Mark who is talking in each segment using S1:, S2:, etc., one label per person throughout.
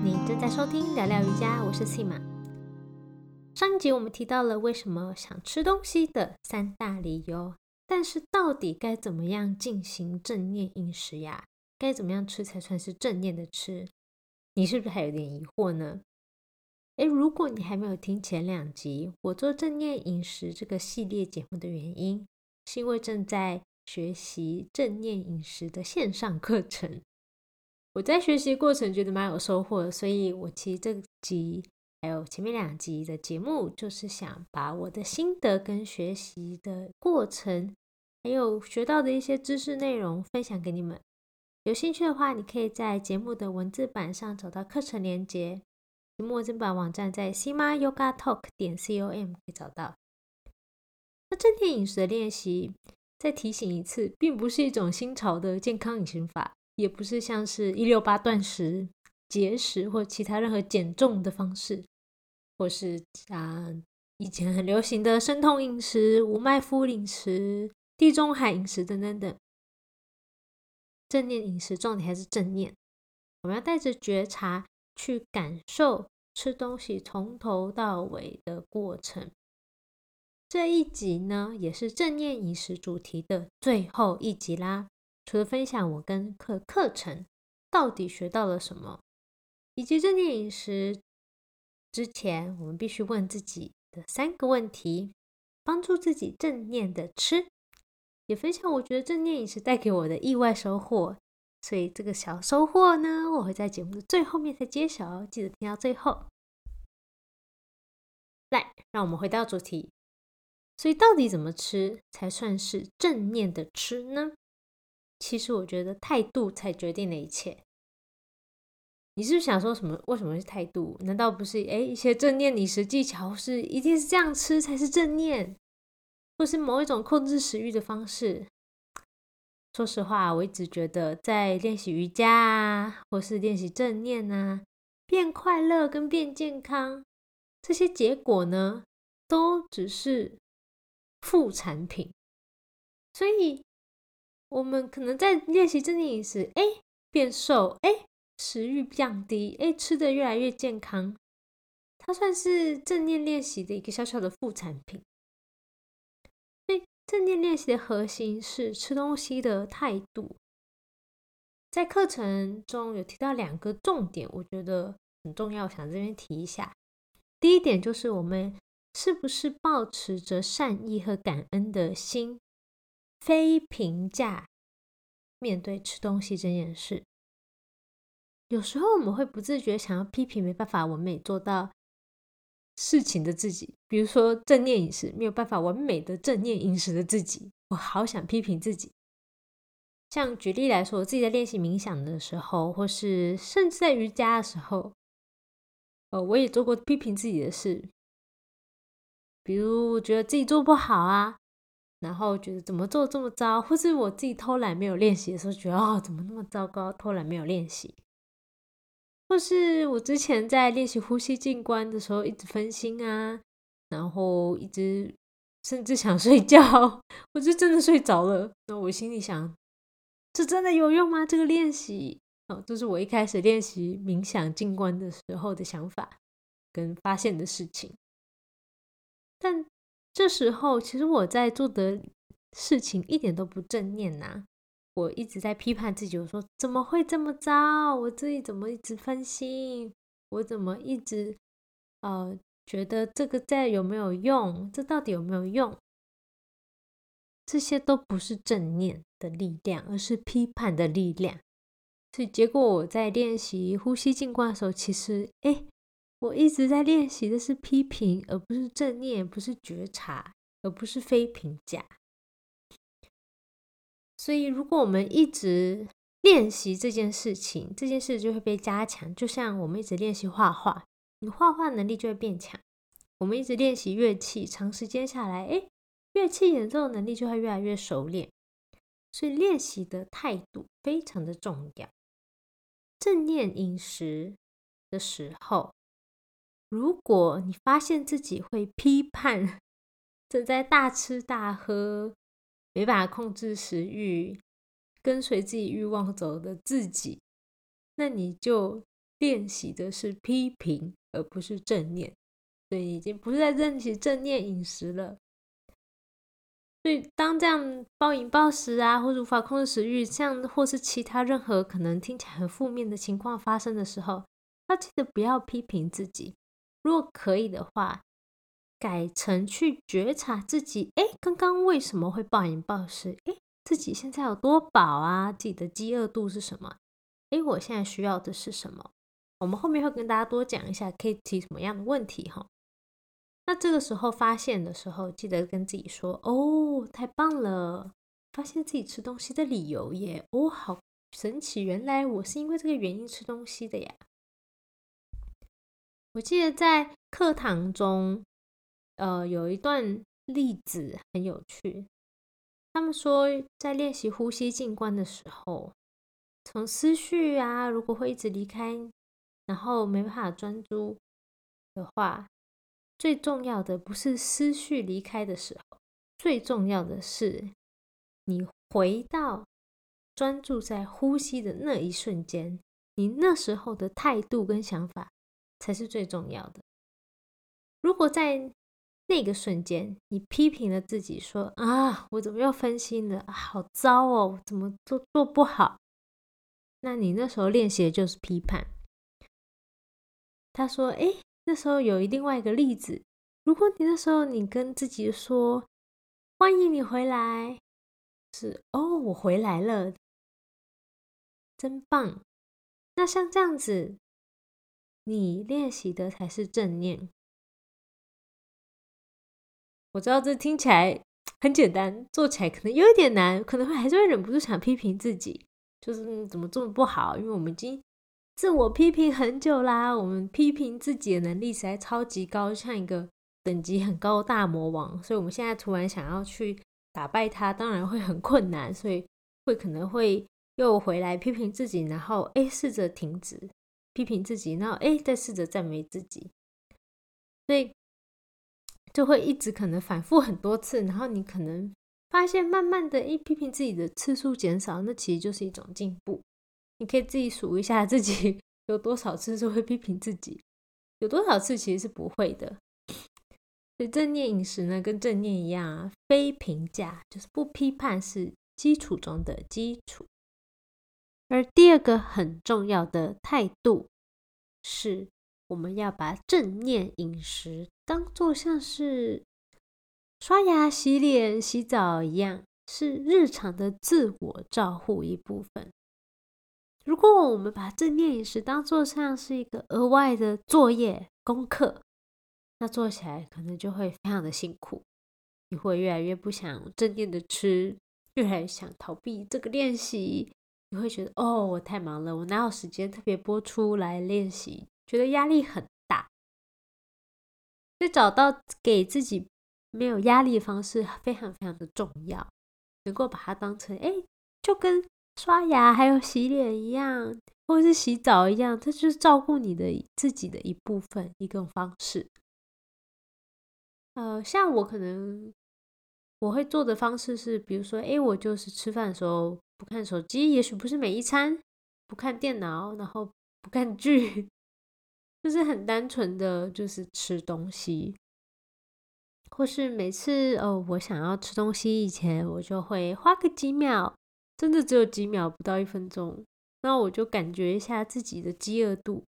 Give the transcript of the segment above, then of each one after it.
S1: 你正在收听聊聊瑜伽，我是 Sima。上一集我们提到了为什么想吃东西的3大理由，但是到底该怎么样进行正念饮食呀？该怎么样吃才算是正念的吃？你是不是还有点疑惑呢？如果你还没有听前2集，我做正念饮食这个系列节目的原因，是因为正在学习正念饮食的线上课程。我在学习过程觉得蛮有收获的，所以我其实这集还有前面2集的节目，就是想把我的心得跟学习的过程，还有学到的一些知识内容分享给你们。有兴趣的话，你可以在节目的文字版上找到课程连结，节目文字版网站在 simayogatalk.com 可以找到。那正念饮食的练习，再提醒一次，并不是一种新潮的健康饮食法，也不是像是168断食、节食或其他任何减重的方式，或是以前很流行的生酮饮食、无麦麸饮食、地中海饮食等等等。正念饮食重点还是正念，我们要带着觉察去感受吃东西从头到尾的过程。这一集呢，也是正念饮食主题的最后一集啦。除了分享我跟课程到底学到了什么，以及正念饮食之前我们必须问自己的3个问题，帮助自己正念的吃，也分享我觉得正念饮食带给我的意外收获。所以这个小收获呢，我会在节目的最后面才揭晓，记得听到最后。来，让我们回到主题。所以到底怎么吃才算是正念的吃呢？其实我觉得态度才决定了一切。你是不是想说什么？为什么是态度？难道不是一些正念饮食技巧是一定是这样吃才是正念，或是某一种控制食欲的方式？说实话，我一直觉得在练习瑜伽啊，或是练习正念啊，变快乐跟变健康，这些结果呢，都只是副产品。所以我们可能在练习正念饮食，变瘦，食欲降低，吃得越来越健康，它算是正念练习的一个小小的副产品。所以正念练习的核心是吃东西的态度。在课程中有提到2个重点，我觉得很重要，想这边提一下。第一点就是我们是不是抱持着善意和感恩的心，非评价面对吃东西这件事。有时候我们会不自觉想要批评没办法完美做到事情的自己，比如说正念饮食没有办法完美的正念饮食的自己，我好想批评自己。像举例来说，我自己在练习冥想的时候，或是甚至在瑜伽的时候，我也做过批评自己的事，比如我觉得自己做不好啊，然后觉得怎么做这么糟，或是我自己偷懒没有练习的时候，觉得怎么那么糟糕，偷懒没有练习。或是我之前在练习呼吸静观的时候一直分心啊，然后一直甚至想睡觉，我就真的睡着了。那我心里想，这真的有用吗？这个练习这是我一开始练习冥想静观的时候的想法跟发现的事情。但这时候其实我在做的事情一点都不正念啊，我一直在批判自己，我说怎么会这么糟？我自己怎么一直分心？我怎么一直觉得这个有没有用？这到底有没有用？这些都不是正念的力量，而是批判的力量。所以结果我在练习呼吸静观的时候，其实我一直在练习的是批评，而不是正念，不是觉察，而不是非评价。所以如果我们一直练习这件事情，这件事就会被加强。就像我们一直练习画画，你画画能力就会变强。我们一直练习乐器，长时间下来，乐器演奏能力就会越来越熟练。所以练习的态度非常的重要。正念饮食的时候，如果你发现自己会批判正在大吃大喝，没办法控制食欲，跟随自己欲望走的自己，那你就练习的是批评，而不是正念。所以已经不是在练习正念饮食了。所以当这样暴饮暴食啊，或者无法控制食欲，这样或是其他任何可能听起来很负面的情况发生的时候，要记得不要批评自己。如果可以的话，改成去觉察自己，刚刚为什么会暴饮暴食？自己现在有多饱啊？自己的饥饿度是什么？我现在需要的是什么？我们后面会跟大家多讲一下，可以提什么样的问题哈。那这个时候发现的时候，记得跟自己说：“哦，太棒了，发现自己吃东西的理由耶！好神奇，原来我是因为这个原因吃东西的呀。”我记得在课堂中，有一段例子很有趣。他们说，在练习呼吸静观的时候，从思绪啊，如果会一直离开，然后没办法专注的话，最重要的不是思绪离开的时候，最重要的是你回到专注在呼吸的那一瞬间，你那时候的态度跟想法才是最重要的。如果在那个瞬间你批评了自己说我怎么又分心了好糟哦，我怎么做不好，那你那时候练习的就是批判。他说那时候有另外一个例子，如果你那时候你跟自己说欢迎你回来，是我回来了，真棒。那像这样子，你练习的才是正念。我知道这听起来很简单，做起来可能有一点难，可能还是会忍不住想批评自己，就是怎么这么不好，因为我们已经自我批评很久啦，我们批评自己的能力实在超级高，像一个等级很高的大魔王，所以我们现在突然想要去打败他，当然会很困难，所以可能会又回来批评自己，然后试着停止批评自己，然后再试着赞美自己，所以就会一直可能反复很多次，然后你可能发现慢慢的批评自己的次数减少，那其实就是一种进步。你可以自己数一下自己有多少次是会批评自己，有多少次其实是不会的。所以正念饮食呢，跟正念一样非评价，就是不批判，是基础中的基础。而第二个很重要的态度是，我们要把正念饮食当作像是刷牙、洗脸、洗澡一样，是日常的自我照护一部分。如果我们把正念饮食当作像是一个额外的作业、功课，那做起来可能就会非常的辛苦，你会越来越不想正念的吃，越来越想逃避这个练习，你会觉得我太忙了，我哪有时间特别播出来练习，觉得压力很大。所以找到给自己没有压力的方式非常非常的重要，能够把它当成就跟刷牙还有洗脸一样，或者是洗澡一样，它就是照顾你的自己的一部分，一种方式。像我可能我会做的方式是，比如说我就是吃饭的时候不看手机，也许不是每一餐，不看电脑，然后不看剧，就是很单纯的就是吃东西。或是每次我想要吃东西以前，我就会花个几秒，真的只有几秒，不到1分钟，那我就感觉一下自己的饥饿度，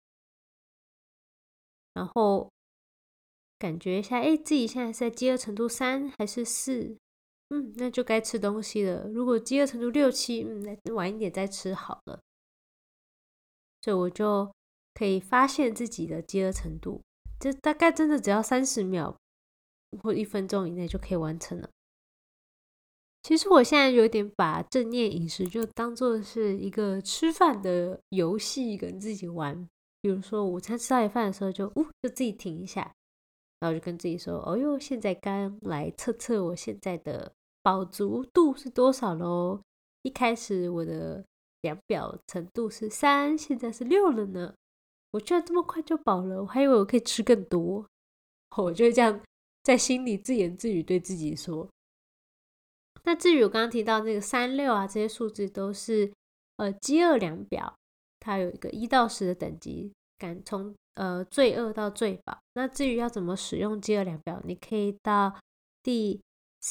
S1: 然后感觉一下自己现在是在饥饿程度3还是4，那就该吃东西了。如果饥饿程度6、7，那晚一点再吃好了。所以我就可以发现自己的饥饿程度，这大概真的只要30秒或1分钟以内就可以完成了。其实我现在有点把正念饮食就当作是一个吃饭的游戏跟自己玩。比如说午餐吃到一半的时候就自己停一下，然后就跟自己说现在刚来测测我现在的饱足度是多少咯。一开始我的量表程度是3，现在是6了呢，我居然这么快就饱了，我还以为我可以吃更多。我就会这样在心里自言自语对自己说。那至于我刚刚提到那个3、6啊，这些数字都是饥饿量表，它有一个1到10的等级， 从最饿到最饱。那至于要怎么使用饥饿量表，你可以到第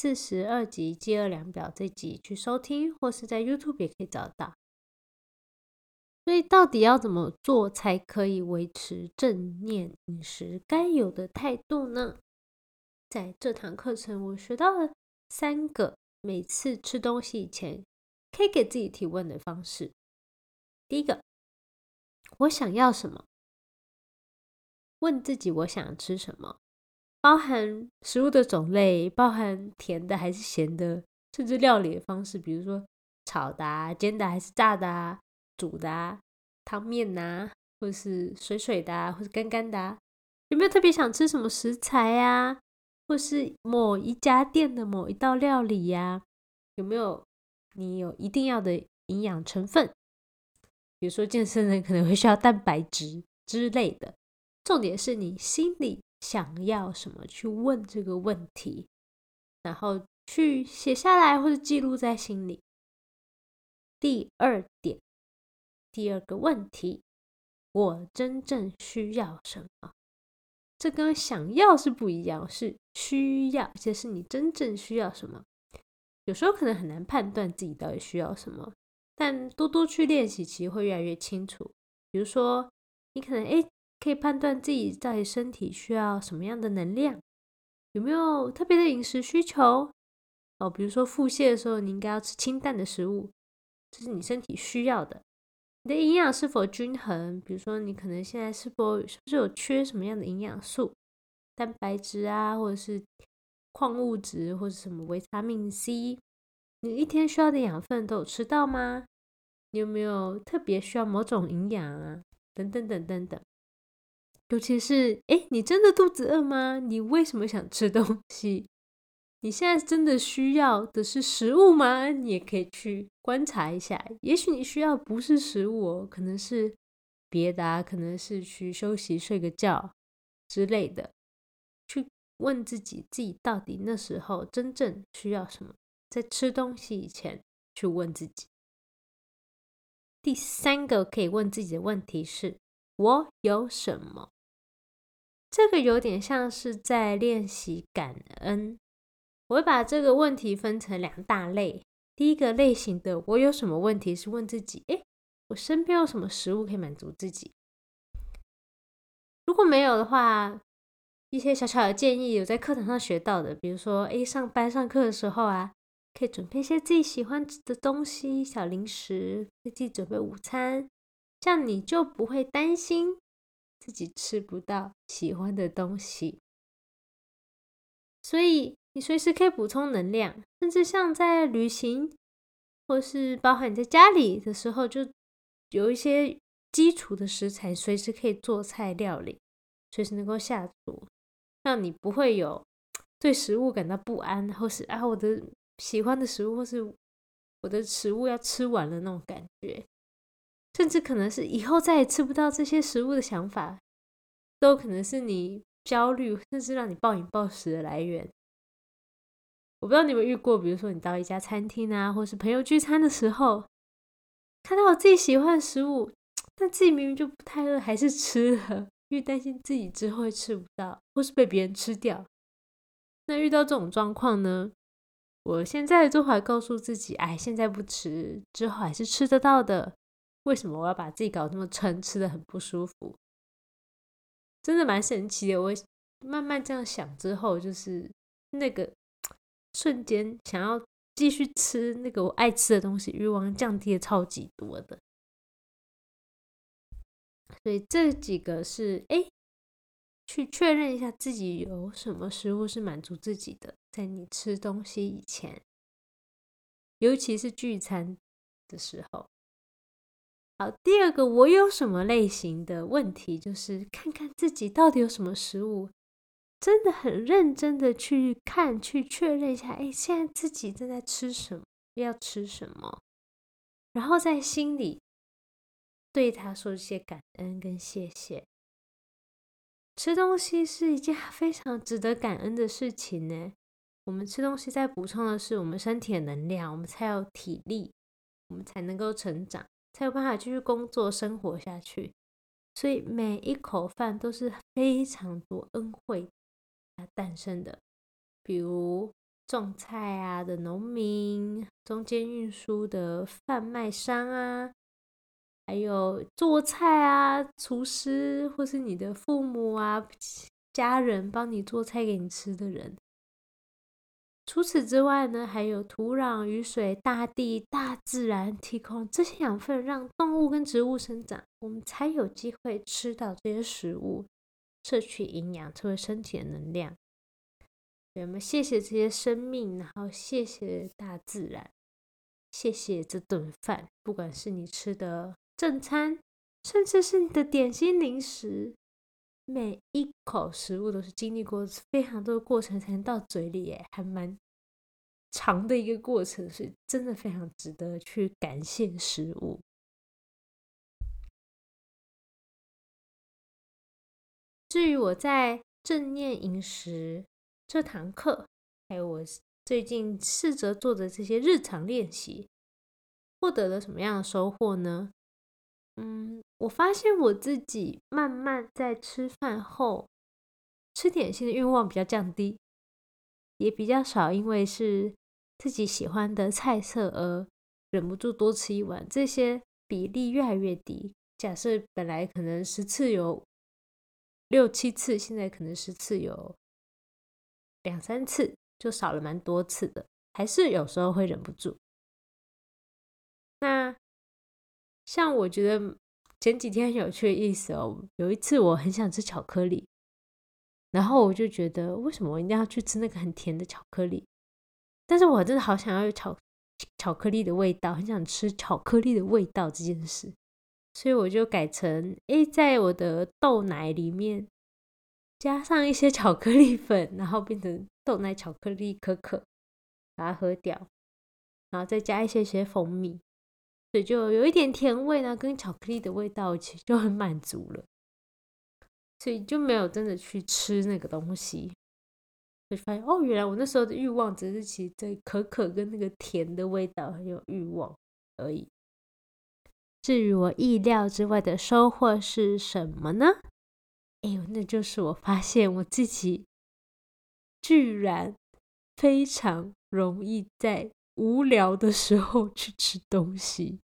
S1: 42集饥饿量表这集去收听，或是在 YouTube 也可以找到。所以到底要怎么做才可以维持正念饮食该有的态度呢？在这堂课程我学到了3个每次吃东西以前可以给自己提问的方式。第一个，我想要什么？问自己我想吃什么，包含食物的种类，包含甜的还是咸的，甚至料理的方式，比如说炒的啊、煎的还是炸的啊、煮的啊、汤面啊，或是水水的啊，或是干干的啊。有没有特别想吃什么食材啊？或是某一家店的某一道料理呀？有没有你有一定要的营养成分？比如说健身人可能会需要蛋白质之类的。重点是你心里想要什么，去问这个问题，然后去写下来或者记录在心里。第二点，第二个问题，我真正需要什么？这跟想要是不一样，是需要，这是你真正需要什么。有时候可能很难判断自己到底需要什么，但多多去练习，其实会越来越清楚。比如说，你可能可以判断自己到底身体需要什么样的能量，有没有特别的饮食需求比如说腹泻的时候，你应该要吃清淡的食物，这是你身体需要的。你的营养是否均衡？比如说，你可能现在是不是有缺什么样的营养素，蛋白质啊，或者是矿物质，或者什么维他命 C， 你一天需要的养分都有吃到吗？你有没有特别需要某种营养啊？等等等等等。尤其是，你真的肚子饿吗？你为什么想吃东西？你现在真的需要的是食物吗？你也可以去观察一下，也许你需要不是食物可能是别的啊，可能是去休息睡个觉之类的。去问自己到底那时候真正需要什么，在吃东西以前去问自己。第3个可以问自己的问题是，我有什么？这个有点像是在练习感恩。我会把这个问题分成2大类。第一个类型的我有什么问题，是问自己我身边有什么食物可以满足自己。如果没有的话，一些小小的建议有在课堂上学到的，比如说上班上课的时候啊，可以准备一些自己喜欢的东西，小零食，给自己准备午餐，这样你就不会担心自己吃不到喜欢的东西。所以你随时可以补充能量，甚至像在旅行或是包含你在家里的时候，就有一些基础的食材随时可以做菜料理，随时能够下厨，让你不会有对食物感到不安，或是我的喜欢的食物，或是我的食物要吃完了那种感觉，甚至可能是以后再也吃不到这些食物的想法，都可能是你焦虑甚至让你暴饮暴食的来源。我不知道你有没有遇过，比如说你到一家餐厅啊，或是朋友聚餐的时候，看到我自己喜欢的食物，但自己明明就不太饿，还是吃了，因为担心自己之后会吃不到，或是被别人吃掉。那遇到这种状况呢，我现在的做法告诉自己，现在不吃，之后还是吃得到的。为什么我要把自己搞那么撑，吃得很不舒服？真的蛮神奇的。我慢慢这样想之后，就是那个瞬间想要继续吃那个我爱吃的东西，欲望降低了超级多的。所以这几个是去确认一下自己有什么食物是满足自己的，在你吃东西以前，尤其是聚餐的时候。好，第二个我有什么类型的问题，就是看看自己到底有什么食物，真的很认真的去看，去确认一下，现在自己正在吃什么，要吃什么，然后在心里对他说一些感恩跟谢谢。吃东西是一件非常值得感恩的事情呢。我们吃东西在补充的是我们身体的能量，我们才有体力，我们才能够成长，才有办法继续工作生活下去。 所以每一口饭都是非常多恩惠诞生的，比如种菜啊的农民，中间运输的贩卖商啊，还有做菜啊厨师，或是你的父母啊家人帮你做菜给你吃的人。除此之外呢，还有土壤、雨水、大地、大自然提供这些养分，让动物跟植物生长，我们才有机会吃到这些食物，摄取营养，成为身体的能量。我们谢谢这些生命，然后谢谢大自然，谢谢这顿饭，不管是你吃的正餐，甚至是你的点心零食，每一口食物都是经历过非常多的过程才能到嘴里耶，还蛮长的一个过程，所以真的非常值得去感谢食物。至于我在正念饮食这堂课，还有我最近试着做的这些日常练习，获得了什么样的收获呢？我发现我自己慢慢在吃饭后吃点心的欲望比较降低，也比较少因为是自己喜欢的菜色而忍不住多吃一碗，这些比例越来越低。假设本来可能10次有6、7次，现在可能10次有2、3次，就少了蛮多次的，还是有时候会忍不住。那像我觉得前几天很有趣的意思哦，有一次我很想吃巧克力，然后我就觉得为什么我一定要去吃那个很甜的巧克力？但是我真的好想要有巧克力的味道，很想吃巧克力的味道这件事，所以我就改成在我的豆奶里面加上一些巧克力粉，然后变成豆奶巧克力可可，把它喝掉，然后再加一些蜂蜜，所以就有一点甜味呢，跟巧克力的味道其实就很满足了，所以就没有真的去吃那个东西。就发现原来我那时候的欲望只是其实对可可跟那个甜的味道很有欲望而已。至于我意料之外的收获是什么呢？那就是我发现我自己居然非常容易在无聊的时候去吃东西。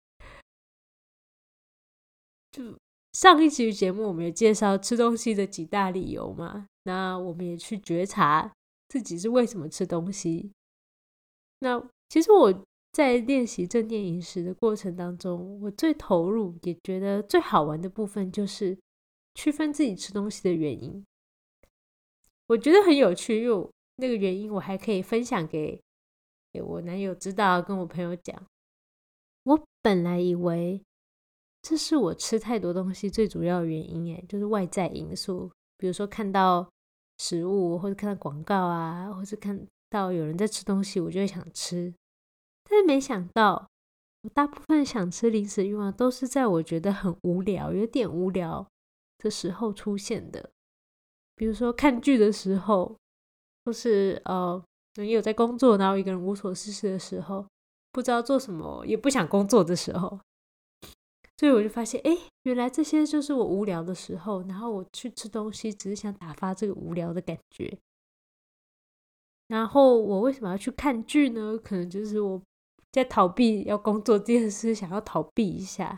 S1: 就上一集节目我们有介绍吃东西的几大理由嘛，那我们也去觉察自己是为什么吃东西。那其实我在练习正念饮食的过程当中，我最投入也觉得最好玩的部分就是区分自己吃东西的原因。我觉得很有趣，因为那个原因我还可以分享给我男友知道，跟我朋友讲。我本来以为这是我吃太多东西最主要的原因，就是外在因素，比如说看到食物，或者看到广告啊，或者看到有人在吃东西，我就会想吃。但是没想到，我大部分想吃零食欲望都是在我觉得很无聊、有点无聊的时候出现的。比如说看剧的时候，或是也有在工作，然后一个人无所事事的时候，不知道做什么，也不想工作的时候，所以我就发现，原来这些就是我无聊的时候，然后我去吃东西，只是想打发这个无聊的感觉。然后我为什么要去看剧呢？可能就是我在逃避要工作这件事，想要逃避一下，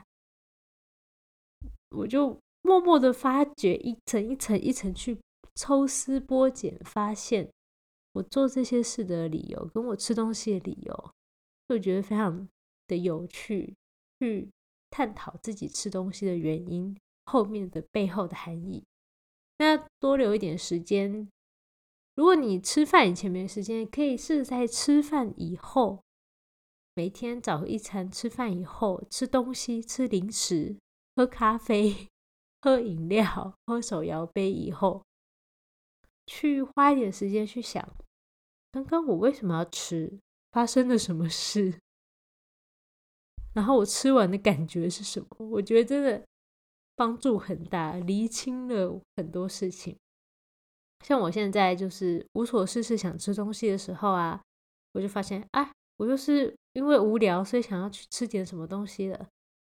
S1: 我就默默的发觉，一层一层一层去抽丝剥茧，发现我做这些事的理由，跟我吃东西的理由，我觉得非常的有趣，去探讨自己吃东西的原因，后面的背后的含义。那多留一点时间，如果你吃饭以前没时间，可以试着在吃饭以后，每天早一餐吃饭以后吃东西，吃零食，喝咖啡，喝饮料，喝手摇杯以后，去花一点时间去想，刚刚我为什么要吃，发生了什么事，然后我吃完的感觉是什么。我觉得真的帮助很大，厘清了很多事情。像我现在就是无所事事想吃东西的时候啊，我就发现我就是因为无聊，所以想要去吃点什么东西了。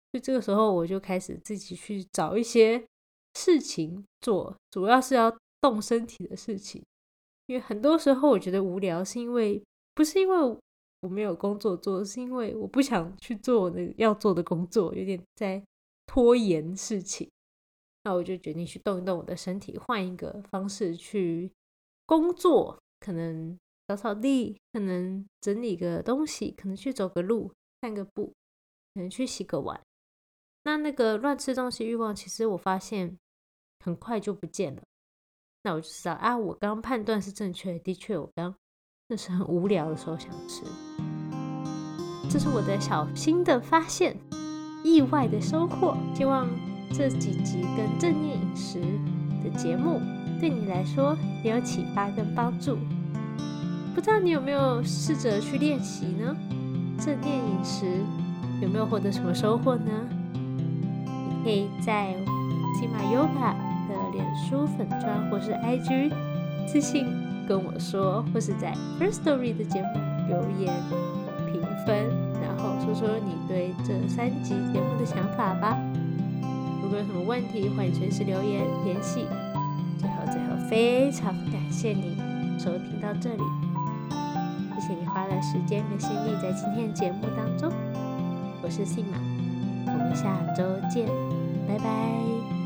S1: 所以这个时候我就开始自己去找一些事情做，主要是要动身体的事情。因为很多时候我觉得无聊，不是因为我没有工作做，是因为我不想去做我要做的工作，有点在拖延事情。那我就决定去动一动我的身体，换一个方式去工作，可能扫扫地，可能整理个东西，可能去走个路，散个步，可能去洗个碗。那个乱吃东西欲望，其实我发现很快就不见了。那我就知道啊，我刚判断是正确的，的确我刚那是很无聊的时候想吃。这是我的小新的发现，意外的收获。希望这几集跟正念饮食的节目对你来说也有启发跟帮助。不知道你有没有试着去练习呢？正念饮食有没有获得什么收获呢？你可以在Sima Yoga 的脸书粉专或是 IG 私信跟我说，或是在 Firstory 的节目留言评分，然后说说你对这3集节目的想法吧。如果有什么问题，欢迎随时留言联系。最后非常感谢你收听到这里，谢谢你花了时间跟心力在今天的节目当中。我是Sima，我们下周见，拜拜。